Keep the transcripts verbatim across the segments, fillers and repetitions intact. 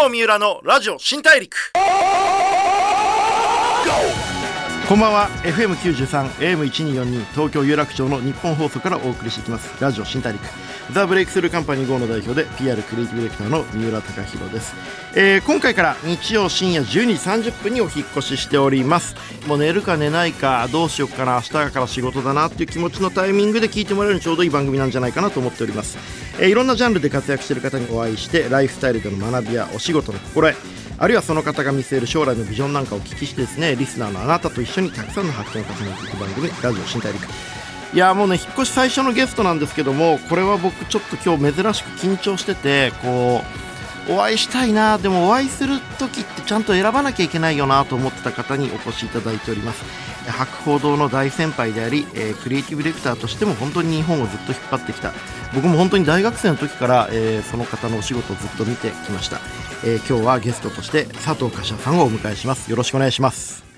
郷三浦のラジオ新大陸。こんばんは。 エフエムきゅうじゅうさん エーエムせんにひゃくよんじゅうに 東京有楽町の日本放送からお送りしていきますラジオ新大陸。ザ・ブレイクスルーカンパニー ゴー の代表で ピーアール クリエイティブディレクターの三浦貴大です。えー、今回から日曜深夜じゅうにじさんじゅっぷんにお引っ越ししております。もう寝るか寝ないかどうしようかな、明日から仕事だなっていう気持ちのタイミングで聞いてもらえるにちょうどいい番組なんじゃないかなと思っております。えー、いろんなジャンルで活躍している方にお会いしてライフスタイルでの学びやお仕事の心得、あるいはその方が見据える将来のビジョンなんかをお聞きしてですね、リスナーのあなたと一緒にたくさんの発見を重ねていく番組ラジオ新大陸。いやもうね、引っ越し最初のゲストなんですけども、これは僕ちょっと今日珍しく緊張してて、こうお会いしたいな、でもお会いする時ってちゃんと選ばなきゃいけないよなと思ってた方にお越しいただいております。博報堂の大先輩であり、えー、クリエイティブディレクターとしても本当に日本をずっと引っ張ってきた、僕も本当に大学生の時から、えー、その方のお仕事をずっと見てきました。えー、今日はゲストとして佐藤柏さんをお迎えします。よろしくお願いします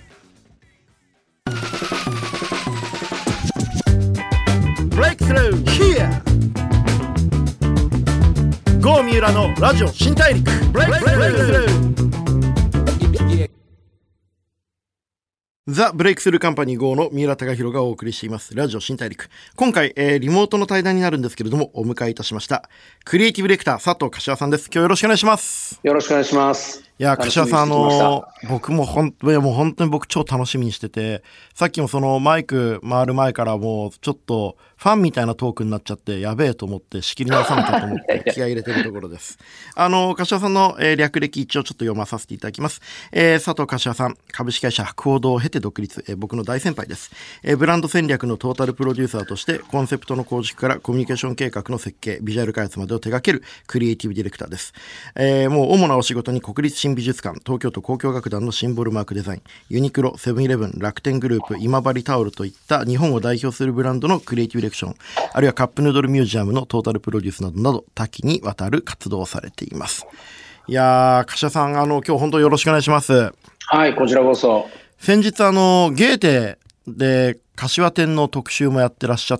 。Breakthrough here 郷三浦のラジオ新大陸。 Breakthroughザ・ブレイクスルーカンパニー ゴー の三浦貴大がお送りしていますラジオ新大陸。今回、えー、リモートの対談になるんですけれども、お迎えいたしましたクリエイティブディレクター佐藤柏さんです。今日よろしくお願いします。 よろしくお願いします。 いや、柏さん、あのー、僕もほん、いやもう本当に僕超楽しみにしてて、さっきもそのマイク回る前からもうちょっとファンみたいなトークになっちゃってやべえと思って仕切り直さなきゃと思って気合い入れてるところです。あのー、柏さんの、えー、略歴一応ちょっと読まさせていただきます。えー、佐藤柏さん、株式会社博報堂を経て独立、えー、僕の大先輩です。えー、ブランド戦略のトータルプロデューサーとしてコンセプトの構築からコミュニケーション計画の設計、ビジュアル開発までを手掛けるクリエイティブディレクターです。えー、もう主なお仕事に国立新美術館、東京都交響楽団のシンボルマークデザイン、ユニクロ、セブンイレブン、楽天グループ、今治タオルといった日本を代表するブランドのクリエイティブディレクション、あるいはカップヌードルミュージアムのトータルプロデュースなどなど多岐にわたる活動をされています。いやー、柏さん、あの今日本当よろしくお願いします。 はい、こちらこそ。 先日あのゲーテで柏展の特集もやってらっしゃって、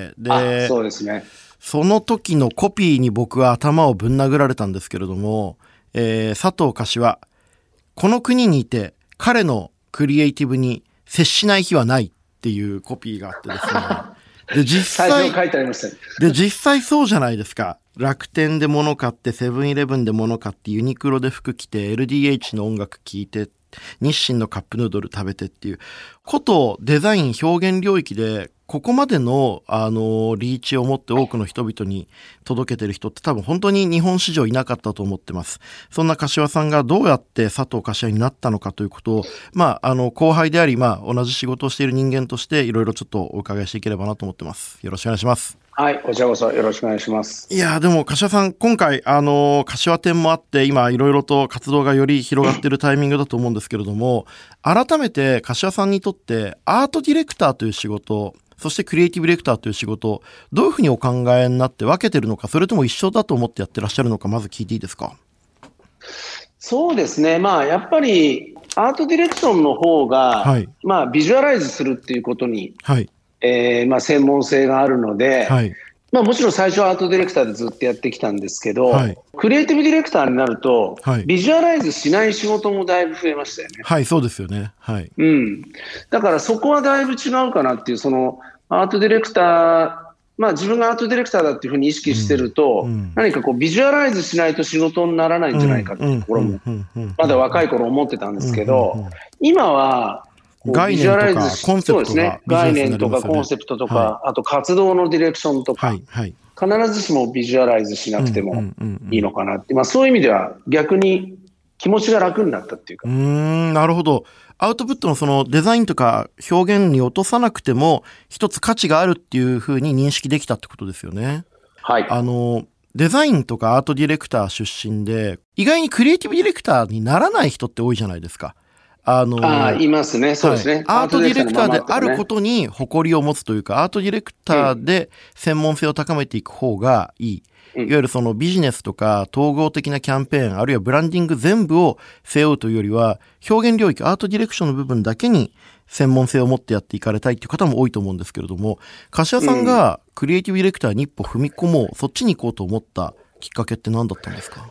で、 あ、そうですね。 その時のコピーに僕は頭をぶん殴られたんですけれども、えー、佐藤柏、この国にいて彼のクリエイティブに接しない日はないっていうコピーがあってですね。で、実際、 最初書いてありましたね。 で、実際そうじゃないですか。楽天で物買って、セブンイレブンで物買って、ユニクロで服着て、エルディーエイチ の音楽聴いて、日清のカップヌードル食べてっていうことデザイン表現領域でここまでのあのリーチを持って多くの人々に届けてる人って多分本当に日本市場いなかったと思ってます。そんな柏さんがどうやって佐藤柏になったのかということを、まああの後輩であり、まあ同じ仕事をしている人間としていろいろちょっとお伺いしていければなと思ってます。よろしくお願いします。 はい、こちらこそよろしくお願いします。 いやでも柏さん、今回あの柏展もあって今いろいろと活動がより広がっているタイミングだと思うんですけれども、改めて柏さんにとってアートディレクターという仕事、そしてクリエイティブディレクターという仕事、どういうふうにお考えになって分けてるのか、それとも一緒だと思ってやってらっしゃるのか、まず聞いていいですか？ そうですね、まあやっぱりアートディレクションの方が、はい、まあビジュアライズするっていうことに、はいえーまあ、専門性があるので、はいまあ、もちろん最初はアートディレクターでずっとやってきたんですけど、はい、クリエイティブディレクターになると、はい、ビジュアライズしない仕事もだいぶ増えましたよね。 はい、そうですよね。はい。 うん。だからそこはだいぶ違うかなっていう、そのアートディレクター、まあ自分がアートディレクターだっていうふうに意識してると、うんうん、何かこうビジュアライズしないと仕事にならないんじゃないかっていうところも、まだ若い頃思ってたんですけど、今は、 概念とかコンセプトが、 そうですね、概念とかコンセプトとか、はい、あと活動のディレクションとか、はいはい、必ずしもビジュアライズしなくてもいいのかなって、まあ、そういう意味では逆に気持ちが楽になったっていうか。 うーん、なるほど。アウトプットのそのデザインとか表現に落とさなくても一つ価値があるっていうふうに認識できたってことですよね。 はい。 あのデザインとかアートディレクター出身で意外にクリエイティブディレクターにならない人って多いじゃないですか。あのあいますね。そうですね、はい、 アートディレクターであることに誇りを持つというか、アートディレクターで専門性を高めていく方がいい。いわゆるそのビジネスとか統合的なキャンペーン、あるいはブランディング全部を背負うというよりは、表現領域、アートディレクションの部分だけに専門性を持ってやっていかれたいっていう方も多いと思うんですけれども、柏さんがクリエイティブディレクターに一歩踏み込もう、そっちに行こうと思ったきっかけって何だったんですか？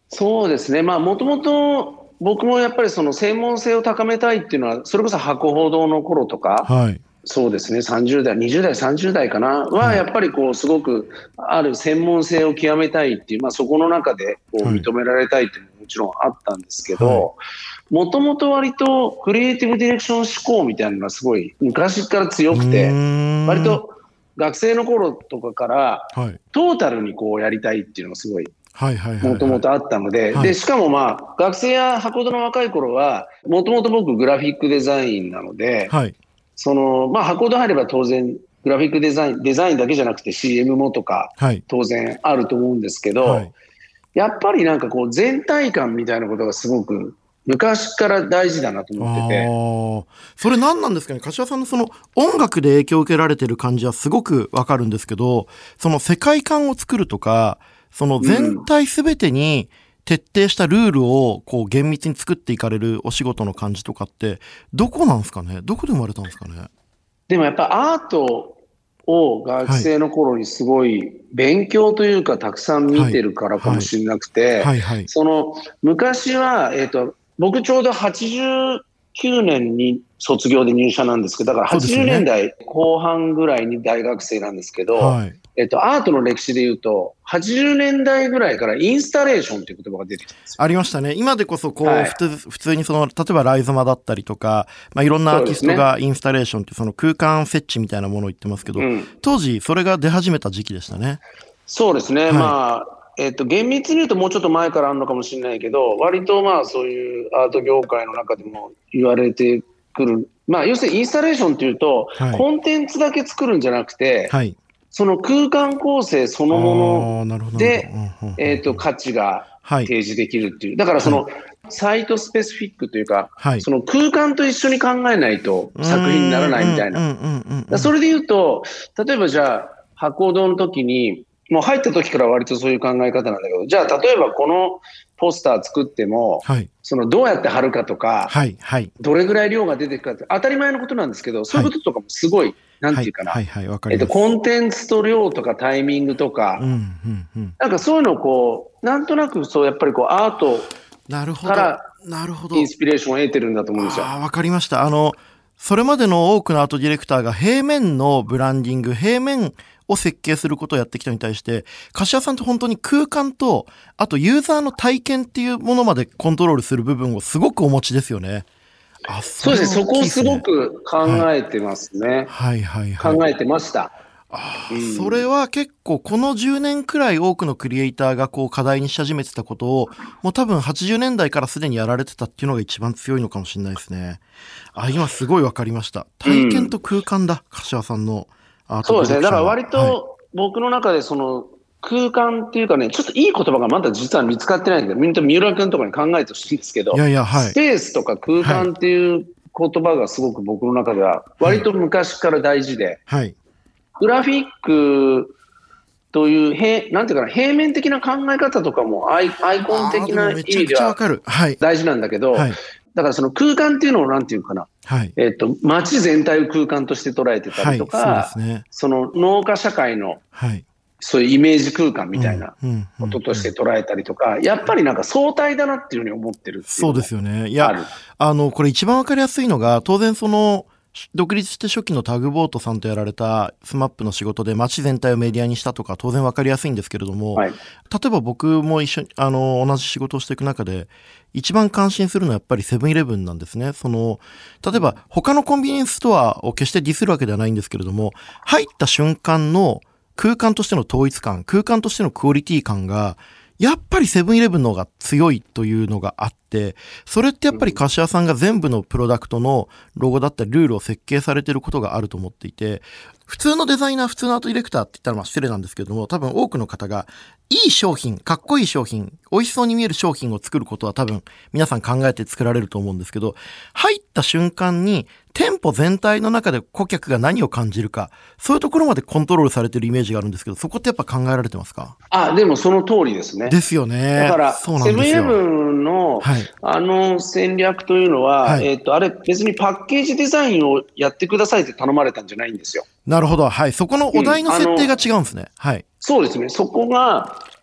そうですね。まあ、もともと僕もやっぱりその専門性を高めたいっていうのは、それこそ博報堂の頃とか、はい、そうですね、さんじゅう代、にじゅう代、さんじゅう代かな、は、やっぱりこう、すごくある専門性を極めたいっていう、まあ、そこの中でこう認められたいっていうのももちろんあったんですけど、もともと割とクリエイティブディレクション思考みたいなのがすごい昔から強くて、割と学生の頃とかから、トータルにこうやりたいっていうのがすごい、もともとあったので、で、しかもまあ、学生や博報堂の若い頃は、もともと僕グラフィックデザインなので、はい、その、まあ、博報堂入れば当然、グラフィックデザイン、デザインだけじゃなくて シーエム もとか、当然あると思うんですけど、はい、やっぱりなんかこう、全体感みたいなことがすごく、昔から大事だなと思ってて。 あ、それ何なんですかね。柏さんのその音楽で影響を受けられてる感じはすごくわかるんですけど、その世界観を作るとか、その全体すべてに徹底したルールをこう厳密に作っていかれるお仕事の感じとかってどこなんですかね。どこで生まれたんですかね。 でもやっぱアートを学生の頃にすごい勉強というかたくさん見てるからかもしれなくて、その昔は、えっと、僕ちょうどはちじゅうきゅうねんに卒業で入社なんですけど、だからはちじゅうねんだいこう半ぐらいに大学生なんですけど、はい、えっと、アートの歴史で言うと、はちじゅうねんだいぐらいからインスタレーションという言葉が出てきたんですよ。 ありましたね。今でこそこう、はい、普通、普通にその、例えばライゾマだったりとか、まあ、いろんなアーティストがインスタレーションってその空間設置みたいなものを言ってますけど、うん、当時それが出始めた時期でしたね。 そうですね。はい、まあ、えっと、厳密に言うともうちょっと前からあるのかもしれないけど、割とまあそういうアート業界の中でも言われてくる。まあ要するにインスタレーションっていうと、はい、コンテンツだけ作るんじゃなくて、はい、その空間構成そのもので、えっと、価値が提示できるっていう。だからその、はい、サイトスペシフィックというか、はい、その空間と一緒に考えないと作品にならないみたいな。それで言うと、例えばじゃあ、博報堂の時に、もう入った時から割とそういう考え方なんだけど、じゃあ例えばこのポスター作っても、はい、そのどうやって貼るかとか、はいはい、どれぐらい量が出てくるかって当たり前のことなんですけど、そういうこととかもすごい、はい、なんていうかな、はいはいはい、えっと、コンテンツと量とかタイミングとか、うんうんうん、なんかそういうのをこう、なんとなくそうやっぱりこうアートからインスピレーションを得てるんだと思うんですよ。 あ、わかりました。あの、それまでの多くのアートディレクターが平面のブランディング、平面を設計することをやってきたのに対して、柏さんって本当に空間と、あとユーザーの体験っていうものまでコントロールする部分をすごくお持ちですよね。 あ、そうですね。そこをすごく考えてますね。はい、はい、はいはい。考えてました。 あ、うん、それは結構このじゅうねんくらい多くのクリエイターがこう課題にし始めてたことを、もう多分はちじゅうねんだいからすでにやられてたっていうのが一番強いのかもしれないですね。あ、今すごいわかりました。体験と空間だ、うん、柏さんのアートディレクション。 そうですね。だから割と僕の中でその空間っていうかね、ちょっといい言葉がまだ実は見つかってないんで、みんな三浦君とかに考えてほしいんですけど、いやいや、はい、スペースとか空間っていう言葉がすごく僕の中では割と昔から大事で、はいはい、グラフィックという平、なんていうかな、平面的な考え方とかもアイ、アイコン的な意味では大事なんだけど、はい、だからその空間っていうのをなんていうかな、はい、えっと、街全体を空間として捉えてたりとか、はい、そうですね、その農家社会の、はい、そういうイメージ空間みたいなこととして捉えたりとか、やっぱりなんか相対だなっていうふうに思ってるっていう。 そうですよね。いや、あの、これ一番わかりやすいのが、当然その、独立して初期のタグボートさんとやられたスマップの仕事で街全体をメディアにしたとか当然わかりやすいんですけれども、はい、例えば僕も一緒にあの同じ仕事をしていく中で一番感心するのはやっぱりセブンイレブンなんですね。その例えば他のコンビニエンスストアを決してディスるわけではないんですけれども、入った瞬間の空間としての統一感、空間としてのクオリティ感がやっぱりセブンイレブンの方が強いというのがあって、それってやっぱり柏さんが全部のプロダクトのロゴだったりルールを設計されていることがあると思っていて、普通のデザイナー、普通のアートディレクターって言ったらまあ失礼なんですけれども、多分多くの方がいい商品、かっこいい商品、美味しそうに見える商品を作ることは多分皆さん考えて作られると思うんですけど、入った瞬間に店舗全体の中で顧客が何を感じるか、そういうところまでコントロールされているイメージがあるんですけど、そこってやっぱ考えられてますか？ あ、でもその通りですね。 ですよね。 だから、セブンイレブンの、はい、あの戦略というのは、はい、えっと、あれ別にパッケージデザインをやってくださいって頼まれたんじゃないんですよ。 なるほど。はい。そこのお題の設定が違うんですね。うん、はい。 そうですね。そこが、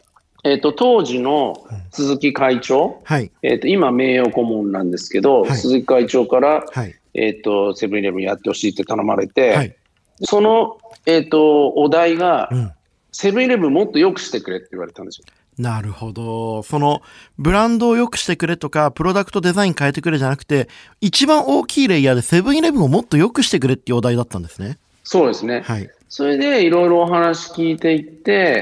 えっと、当時の鈴木会長、はい、えっと、今名誉顧問なんですけど、はい、鈴木会長から、はい、えっと、セブンイレブンやってほしいって頼まれて、はい、その、えっと、お題が、うん、セブンイレブンもっと良くしてくれって言われたんですよ。 なるほど。そのブランドを良くしてくれとかプロダクトデザイン変えてくれじゃなくて、一番大きいレイヤーでセブンイレブンをもっと良くしてくれっていうお題だったんですね。 そうですね、はい、それでいろいろお話聞いていって、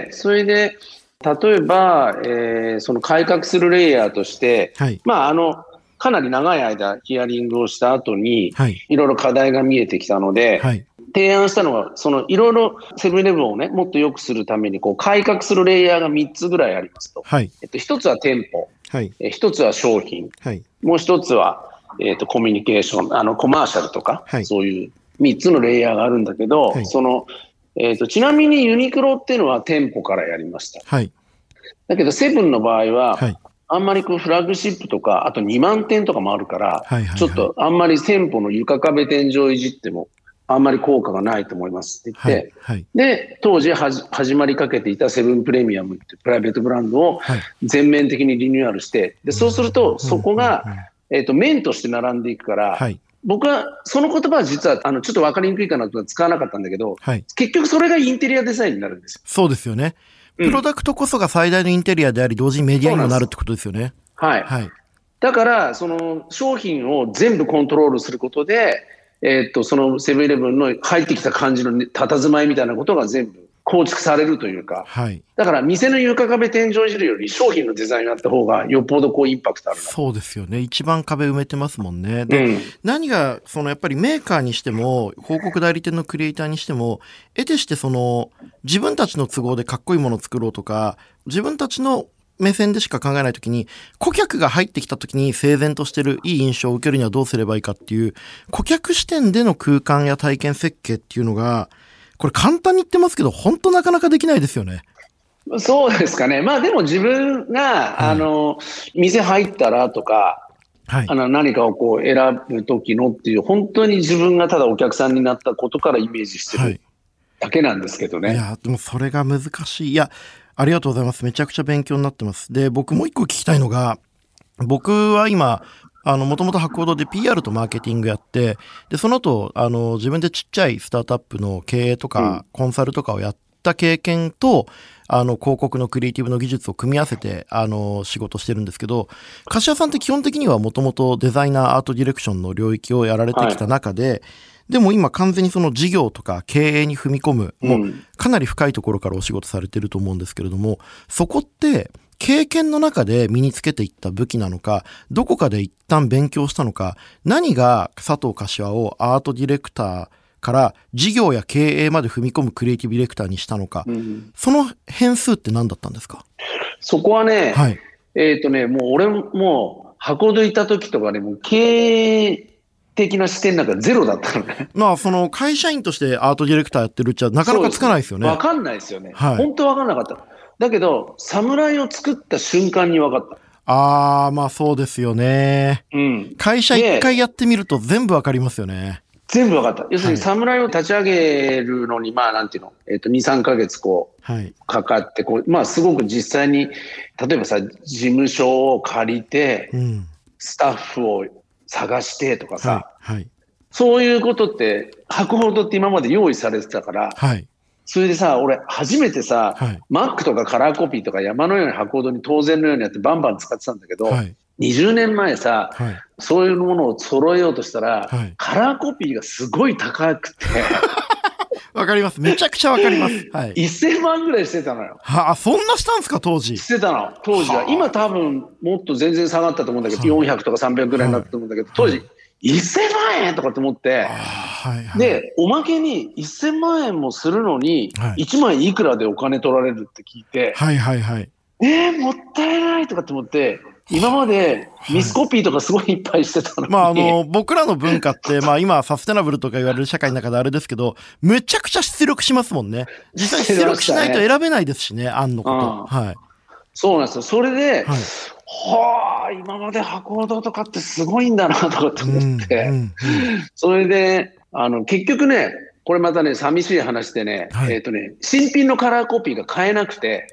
それで例えば、えー、その改革するレイヤーとして、はい、まああのかなり長い間ヒアリングをした後に、はい、いろいろ課題が見えてきたので、はい、提案したのは、そのいろいろセブンイレブンをね、もっと良くするためにこう改革するレイヤーがみっつぐらいありますと。はい、えっと、ひとつは店舗、はい、えひとつは商品、はい、もうひとつは、えっと、コミュニケーション、あのコマーシャルとか、はい、そういうみっつのレイヤーがあるんだけど、はい、その、えっと、ちなみにユニクロっていうのは店舗からやりました。はい、だけどセブンの場合は、はい、あんまりこうフラッグシップとか、あとにまんてんとかもあるから、はいはいはい、ちょっとあんまり店舗の床壁天井いじっても、あんまり効果がないと思いますって言って、はいはい、で、当時はじ始まりかけていたセブンプレミアムってプライベートブランドを全面的にリニューアルして、で、そうするとそこが、えっと、面として並んでいくから、はい、僕はその言葉は実はあのちょっと分かりにくいかなと使わなかったんだけど、はい、結局それがインテリアデザインになるんですよ。 そうですよね。プロダクトこそが最大のインテリアであり、同時にメディアにもなるってことですよね。 はい。はい。だから、その商品を全部コントロールすることで、えー、っと、そのセブンイレブンの入ってきた感じの佇まいみたいなことが全部構築されるというか、はい、だから店の床壁天井いじるより商品のデザインがあった方がよっぽどこうインパクトあるな。 そうですよね。一番壁埋めてますもんね。で、うん、何がそのやっぱりメーカーにしても広告代理店のクリエイターにしても得てしてその自分たちの都合でかっこいいものを作ろうとか、自分たちの目線でしか考えないときに、顧客が入ってきたときに整然としてるいい印象を受けるにはどうすればいいかっていう顧客視点での空間や体験設計っていうのが、これ簡単に言ってますけど本当なかなかできないですよね。 そうですかね。まあでも自分が、はい、あの店入ったらとか、はい、あの何かをこう選ぶ時のっていう本当に自分がただお客さんになったことからイメージしてるだけなんですけどね。はい、 いやでもそれが難しい。いやありがとうございます。めちゃくちゃ勉強になってます。で、僕もう一個聞きたいのが、僕は今、あの、もともと博報堂で ピーアール とマーケティングやって、で、その後、あの、自分でちっちゃいスタートアップの経営とか、コンサルとかをやった経験と、あの、広告のクリエイティブの技術を組み合わせて、あの、仕事してるんですけど、柏さんって基本的にはもともとデザイナー、アートディレクションの領域をやられてきた中で、はい、でも今完全にその事業とか経営に踏み込む、もうかなり深いところからお仕事されてると思うんですけれども、そこって経験の中で身につけていった武器なのか、どこかで一旦勉強したのか、何が佐藤柏をアートディレクターから事業や経営まで踏み込むクリエイティブディレクターにしたのか、うん、その変数って何だったんですか？ そこはね、はい、えっとね、もう俺も箱でいた時とかね、もう経営的な視点なんかゼロだったのね。 まあ、その会社員としてアートディレクターやってるっちゃなかなかつかないですよね。 わかんないですよね。はい、本当わかんなかった。だけど、侍を作った瞬間にわかった。 ああ、まあそうですよね。うん。会社一回やってみると全部わかりますよね。 全部わかった。要するに侍を立ち上げるのに、まあなんていうの、えっと、に、さんかげつこう、はい、かかって、こう、まあすごく実際に、例えばさ、事務所を借りて、うん、スタッフを探してとかさ、はいはい、そういうことって博報堂って今まで用意されてたから、はい、それでさ、俺初めてさ、はい、マックとかカラーコピーとか山のように博報堂に当然のようにやってバンバン使ってたんだけど、はい、にじゅうねんまえさ、はい、そういうものを揃えようとしたら、はい、カラーコピーがすごい高くてわかります。めちゃくちゃわかります。はい。 せんまんぐらいしてたのよ。 はあ、そんなしたんですか、当時。 してたの、当時は。は今多分、もっと全然下がったと思うんだけど、はい、よんひゃくとかさんびゃくぐらいになったと思うんだけど、はい、当時、せんまんえんとかって思って、はいはい、で、おまけにせんまんえんもするのに、いちまいいくらでお金取られるって聞いて、はいはいはい。えー、もったいないとかって思って、今までミスコピーとかすごいいっぱいしてたのに、 はい、まああの僕らの文化ってまあ今サステナブルとか言われる社会の中であれですけど、めちゃくちゃ出力しますもんね。実際出力しないと選べないですしね、案のこと、はい、 そうなんですよ。それで、はい、はあ今まで博報堂とかってすごいんだなとかって思って、うんうんうん、それであの結局ね、これまたね寂しい話でね、はい、えっとね新品のカラーコピーが買えなくて、はい、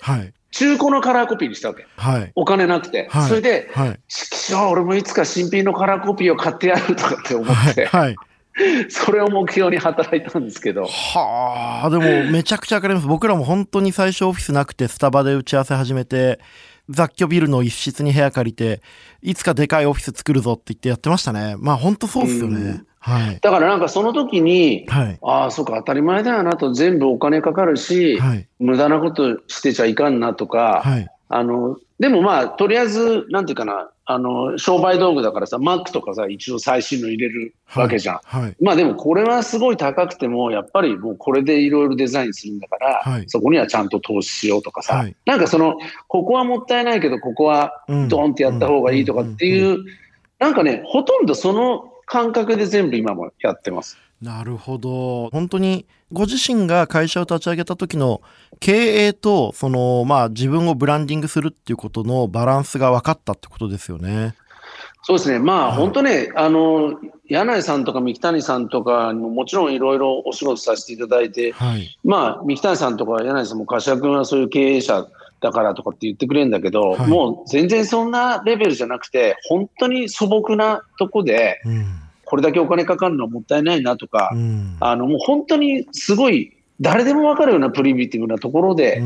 中古のカラーコピーにしたわけ。 はい、 お金なくて。はい、それで、はい、ちくしょう、俺もいつか新品のカラーコピーを買ってやるとかって思って、はいはい、それを目標に働いたんですけど。 はあ、でもめちゃくちゃわかります。僕らも本当に最初オフィスなくてスタバで打ち合わせ始めて、雑居ビルの一室に部屋借りて、いつかでかいオフィス作るぞって言ってやってましたね。まあ本当そうですよね。はい、 だからなんかその時に、はい、ああ、そうか、当たり前だよなと、全部お金かかるし、はい、無駄なことしてちゃいかんなとか、はい、あの、でもまあ、とりあえず、なんていうかな、あの、商売道具だからさ、Mac とかさ、一応最新の入れるわけじゃん。はいはい、まあでもこれはすごい高くても、やっぱりもうこれでいろいろデザインするんだから、はい、そこにはちゃんと投資しようとかさ、はい、なんかその、ここはもったいないけど、ここはドンってやった方がいいとかっていう、なんかね、ほとんどその、感覚で全部今もやってます。 なるほど。本当にご自身が会社を立ち上げた時の経営とそのまあ自分をブランディングするっていうことのバランスが分かったってことですよね。 そうですね。まあ、はい、本当ね、あの柳井さんとか三木谷さんとかももちろんいろいろお仕事させていただいて、はい、まあ三木谷さんとか柳井さんも柏君はそういう経営者だからとかって言ってくれるんだけど、はい、もう全然そんなレベルじゃなくて、本当に素朴なとこで、うん、これだけお金かかるのはもったいないなとか、うん、あのもう本当にすごい誰でも分かるようなプリミティブなところで、うん、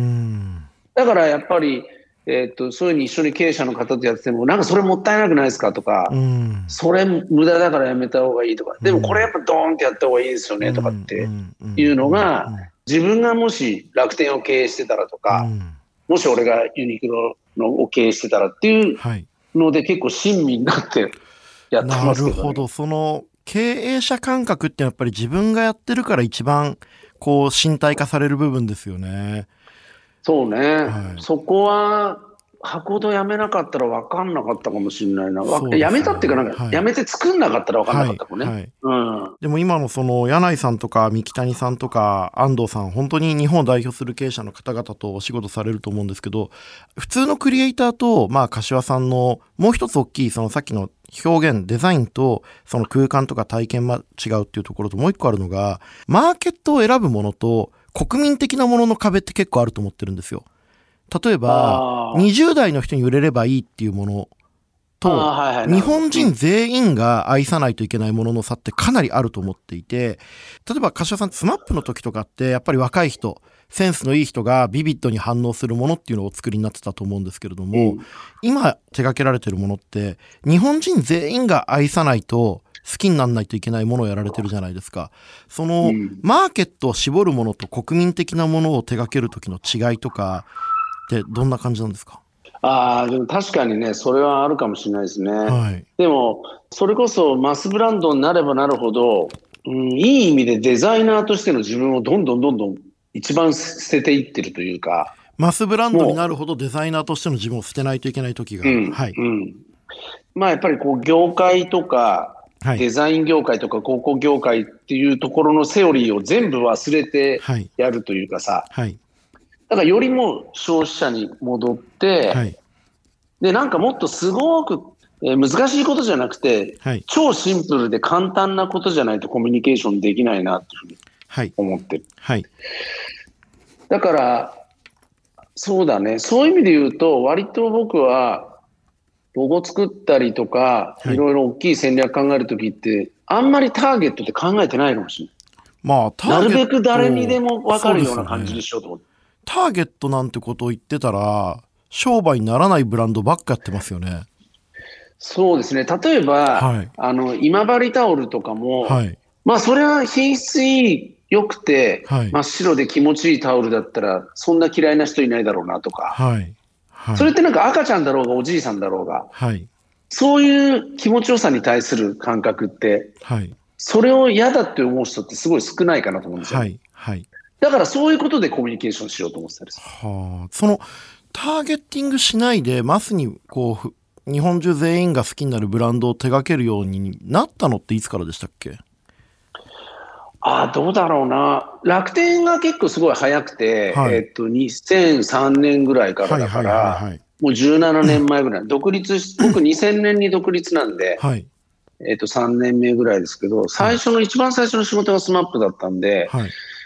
だからやっぱり、えー、とそういうふうに一緒に経営者の方とやってても、なんかそれもったいなくないですかとか、うん、それ無駄だからやめた方がいいとか、でもこれやっぱドーンってやった方がいいですよねとかっていうのが、自分がもし楽天を経営してたらとか、うん、もし俺がユニクロのを経営してたらっていうので、結構親身になってやってますけどね。 なるほど。その経営者感覚ってやっぱり自分がやってるから一番こう身体化される部分ですよね。 そうね、はい、そこは箱戸やめなかったら分かんなかったかもしれないな。ね、やめたっていうか、なんか、はい、やめて作んなかったら分かんなかったかもね。はいはいうん、 でも今のその柳井さんとか三木谷さんとか安藤さん、本当に日本を代表する経営者の方々とお仕事されると思うんですけど、普通のクリエイターと、まあ、柏さんのもう一つ大きいそのさっきの表現、デザインとその空間とか体験が違うっていうところと、もう一個あるのがマーケットを選ぶものと国民的なものの壁って結構あると思ってるんですよ。例えばにじゅう代の人に売れればいいっていうものと、はいはい、日本人全員が愛さないといけないものの差ってかなりあると思っていて、例えば柏さんスマップの時とかってやっぱり若い人、センスのいい人がビビッドに反応するものっていうのをお作りになってたと思うんですけれども、うん、今手掛けられてるものって日本人全員が愛さないと好きにならないといけないものをやられてるじゃないですか。その、うん、マーケットを絞るものと国民的なものを手掛ける時の違いとかってどんな感じなんですか？ ああ、でも確かにね、それはあるかもしれないですね。はい、でも、それこそマスブランドになればなるほど、うん、いい意味でデザイナーとしての自分をどんどんどんどん一番捨てていってるというか。 マスブランドになるほどデザイナーとしての自分を捨てないといけない時がある。うんはいうん、 まあやっぱりこう業界とか、はい、デザイン業界とか広告業界っていうところのセオリーを全部忘れてやるというかさ。はいはいだからよりも消費者に戻って、はい、でなんかもっとすごく、えー、難しいことじゃなくて、はい、超シンプルで簡単なことじゃないとコミュニケーションできないなっていうふうに思ってる。はいはい、だからそうだね、そういう意味で言うと割と僕はロゴ作ったりとか、はい、いろいろ大きい戦略考えるときってあんまりターゲットって考えてないかもしれない。まあ、ターゲットなるべく誰にでも分かるような感じにしようと思って。 ターゲットなんてことを言ってたら商売にならないブランドばっかやってますよね。 そうですね。例えば、はい、あの今治タオルとかも、はい、まあそれは品質いい良くて、はい、真っ白で気持ちいいタオルだったらそんな嫌いな人いないだろうなとか、はいはい、それってなんか赤ちゃんだろうがおじいさんだろうが、はい、そういう気持ちよさに対する感覚って、はい、それを嫌だって思う人ってすごい少ないかなと思うんですよ、ね。はいはいだからそういうことでコミュニケーションしようと思ってたんです。 はあ、そのターゲッティングしないでマスにこう日本中全員が好きになるブランドを手掛けるようになったのっていつからでしたっけ？ ああどうだろうな。楽天が結構すごい早くて、はい、えっとにせんさんねんぐらいからだから、はいはいはいはい、もうじゅうななねんまえぐらい独立し僕にせんねんに独立なんで、はいえっとさんねんめぐらいですけど最初の、はい、一番最初の仕事がスマップだったんで。はい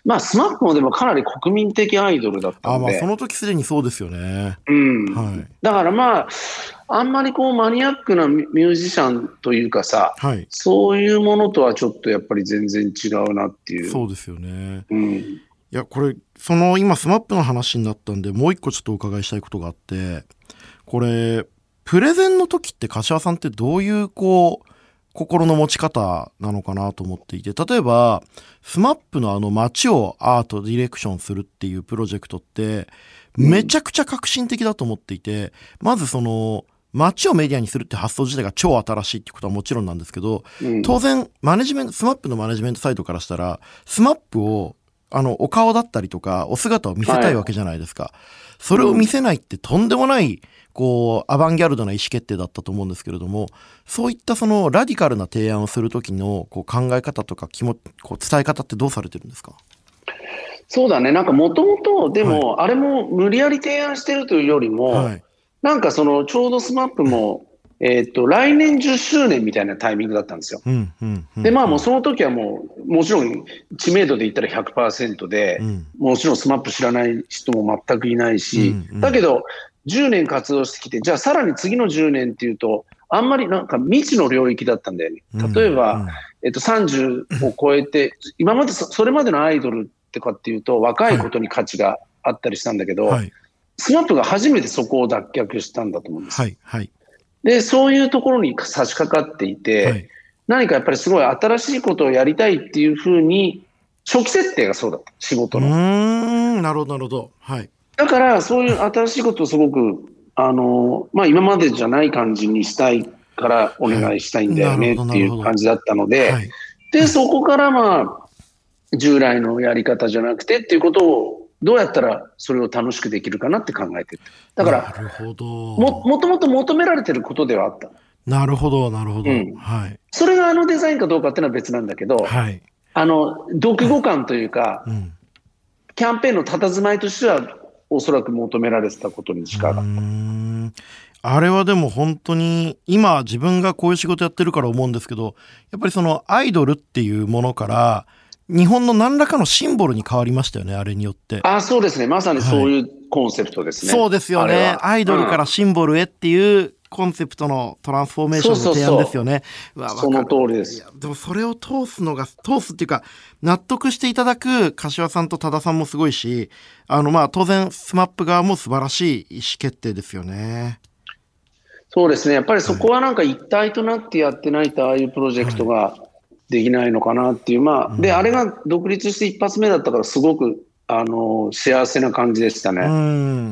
まあ、スマップもでもかなり国民的アイドルだったので。 あ、まあ、その時すでにそうですよね。 うん。 はい。 だからまあ、あんまりこうマニアックなミュージシャンというかさ、はい、そういうものとはちょっとやっぱり全然違うなっていう。 そうですよね。 うん。 いや、これ、その今スマップの話になったんで、もう一個ちょっとお伺いしたいことがあって、これ、プレゼンの時って柏さんってどういうこう、心の持ち方なのかなと思っていて、例えばスマップのあの街をアートディレクションするっていうプロジェクトってめちゃくちゃ革新的だと思っていて、まずその街をメディアにするって発想自体が超新しいってことはもちろんなんですけど、当然マネジメントスマップのマネジメントサイトからしたらスマップをあのお顔だったりとかお姿を見せたいわけじゃないですか、はい、それを見せないってとんでもないこうアバンギャルドな意思決定だったと思うんですけれども、そういったそのラディカルな提案をする時のこう考え方とか気もこう伝え方ってどうされてるんですか？ そうだね、なんかもともとでも、はい、あれも無理やり提案してるというよりも、はい、なんかそのちょうどスマップも、えー、と来年じゅっしゅうねんみたいなタイミングだったんですよ。 うんうんうん、 でまあもうその時はもうもちろん知名度で言ったら ひゃくパーセント で、うん、もちろんスマップ知らない人も全くいないし、うんうん、だけどじゅうねん活動してきて、じゃあさらに次のじゅうねんっていうとあんまりなんか未知の領域だったんだよね。例えば、うんうん、えっと、さんじゅうを超えて今まで そ, それまでのアイドルってかっていうと若いことに価値があったりしたんだけど、はい、スマップが初めてそこを脱却したんだと思うんです、 はいはい、でそういうところに差し掛かっていて、はい、何かやっぱりすごい新しいことをやりたいっていうふうに初期設定がそうだった仕事の。 うーん、なるほどなるほど、はい、 だからそういう新しいことをすごくあの、まあ、今までじゃない感じにしたいからお願いしたいんだよねっていう感じだったので、はい、でそこからまあ従来のやり方じゃなくてっていうことをどうやったらそれを楽しくできるかなって考えてる。だからなるほども, もともと求められてることではあった。 なるほどなるほど、うん、はい、 それがあのデザインかどうかっていうのは別なんだけど、はい、あの読後感というか、うん、キャンペーンの佇まいとしてはおそらく求められてたことに近かった。 うーん、あれはでも本当に今自分がこういう仕事やってるから思うんですけど、やっぱりそのアイドルっていうものから日本の何らかのシンボルに変わりましたよね、あれによって。 あ、そうですね、まさにそういうコンセプトですね、 はい、そうですよね、アイドルからシンボルへっていうコンセプトのトランスフォーメーションの提案ですよね。 そうそうそう、その通りです。 いやでもそれを通すのが通すっていうか納得していただく柏さんと多田さんもすごいし、あのまあ当然スマップ側も素晴らしい意思決定ですよね。 そうですね、やっぱりそこはなんか一体となってやってないとああいうプロジェクトができないのかなっていう、まあ、で、あれが独立して一発目だったからすごくあの幸せな感じでしたね。うん、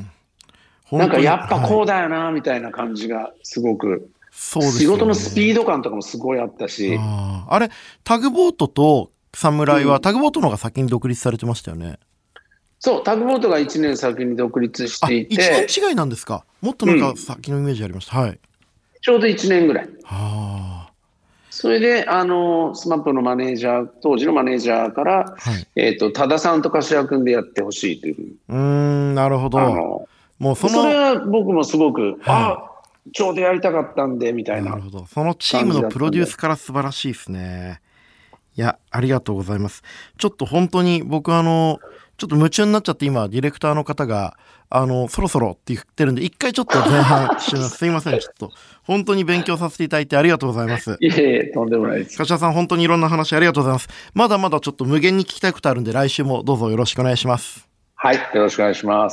なんかやっぱこうだよなみたいな感じがすごく、そうですよね、仕事のスピード感とかもすごいあったし。 あ, あれタグボートとサムライは、うん、タグボートの方が先に独立されてましたよね。 そう、タグボートがいちねん先に独立していて。 いちねん違いなんですか。もっとなんか先のイメージありました、うん、はい、 ちょうどいちねんぐらい。 はあ、 それであのスマップのマネージャー当時のマネージャーから、はい、えーと、多田さんと柏君でやってほしいというふうに。 うーん、なるほど。あのもう そ, のそれは僕もすごく、はい、あちょうどやりたかったんでみたいな。 なるほど。そのチームのプロデュースから素晴らしいですね。いや、ありがとうございます。ちょっと本当に僕あのちょっと夢中になっちゃって、今ディレクターの方があのそろそろって言ってるんで一回ちょっと前半しますすいません、ちょっと本当に勉強させていただいてありがとうございます。 いえいえ、とんでもないです。 柏さん本当にいろんな話ありがとうございます。まだまだちょっと無限に聞きたいことあるんで来週もどうぞよろしくお願いします。 はい、よろしくお願いします。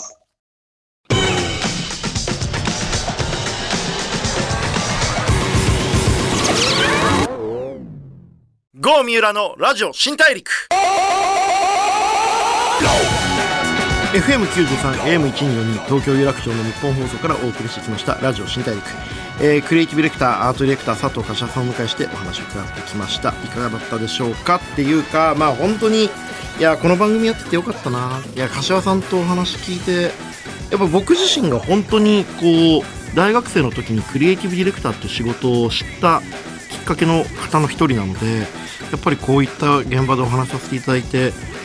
郷三浦のラジオ新大陸。エフエムきゅうじゅうさん エーエムせんにひゃくよんじゅうに 東京有楽町の日本放送からお送りしてきましたラジオ新大陸、えー、クリエイティブディレクターアートディレクター佐藤柏さんをお迎えしてお話を伺ってきました。いかがだったでしょうか。っていうかまあ本当にいやこの番組やっててよかったな。いや柏さんとお話聞いてやっぱ僕自身が本当にこう大学生の時にクリエイティブディレクターって仕事を知ったきっかけの方の一人なので、やっぱりこういった現場でお話しさせていただいて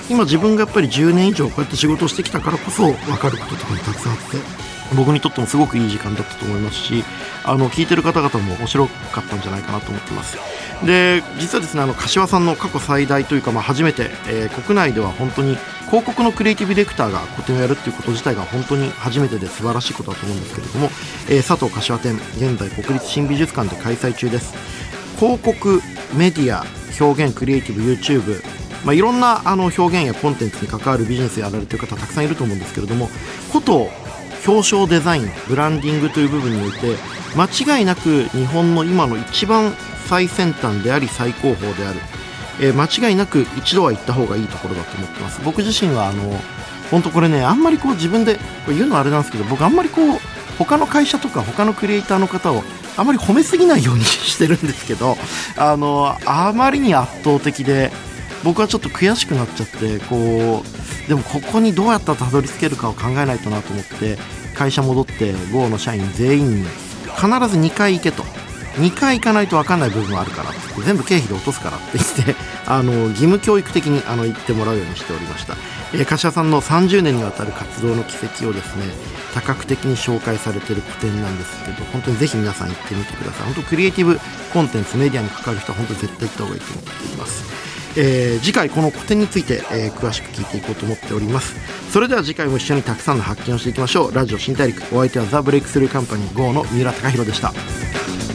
今自分がやっぱりじゅうねん以上こうやって仕事をしてきたからこそ分かることとかもたくさんあって、僕にとってもすごくいい時間だったと思いますし、あの聞いてる方々も面白かったんじゃないかなと思ってます。で実はですね、あの柏さんの過去最大というか、まあ、初めて、えー、国内では本当に広告のクリエイティブディレクターが個展をやるっていうこと自体が本当に初めてで素晴らしいことだと思うんですけれども、えー、佐藤柏展現在国立新美術館で開催中です。広告、メディア、表現、クリエイティブ、 YouTube、まあ、いろんなあの表現やコンテンツに関わるビジネスやられている方たくさんいると思うんですけれども、こと表彰デザイン、ブランディングという部分において間違いなく日本の今の一番最先端であり最高峰である、えー、間違いなく一度は行った方がいいところだと思ってます。僕自身はあの本当これね、あんまりこう自分でこれ言うのはあれなんですけど、僕あんまりこう他の会社とか他のクリエイターの方をあまり褒めすぎないようにしてるんですけど、あのあまりに圧倒的で僕はちょっと悔しくなっちゃって、こうでもここにどうやったらたどり着けるかを考えないとなと思って会社戻って ゴー の社員全員に必ずにかい行けと、にかい行かないと分かんない部分もあるからって全部経費で落とすからって言ってあの義務教育的にあの言ってもらうようにしておりました。えー、柏さんのさんじゅうねんにわたる活動の軌跡をですね多角的に紹介されている個展なんですけど、本当にぜひ皆さん行ってみてください。本当クリエイティブコンテンツ、メディアに関わる人は本当に絶対行った方がいいと思っています。えー、次回この個展について、えー、詳しく聞いていこうと思っております。それでは次回も一緒にたくさんの発見をしていきましょう。ラジオ新大陸、お相手はザ・ブレイクスルーカンパニー ゴー の三浦貴大でした。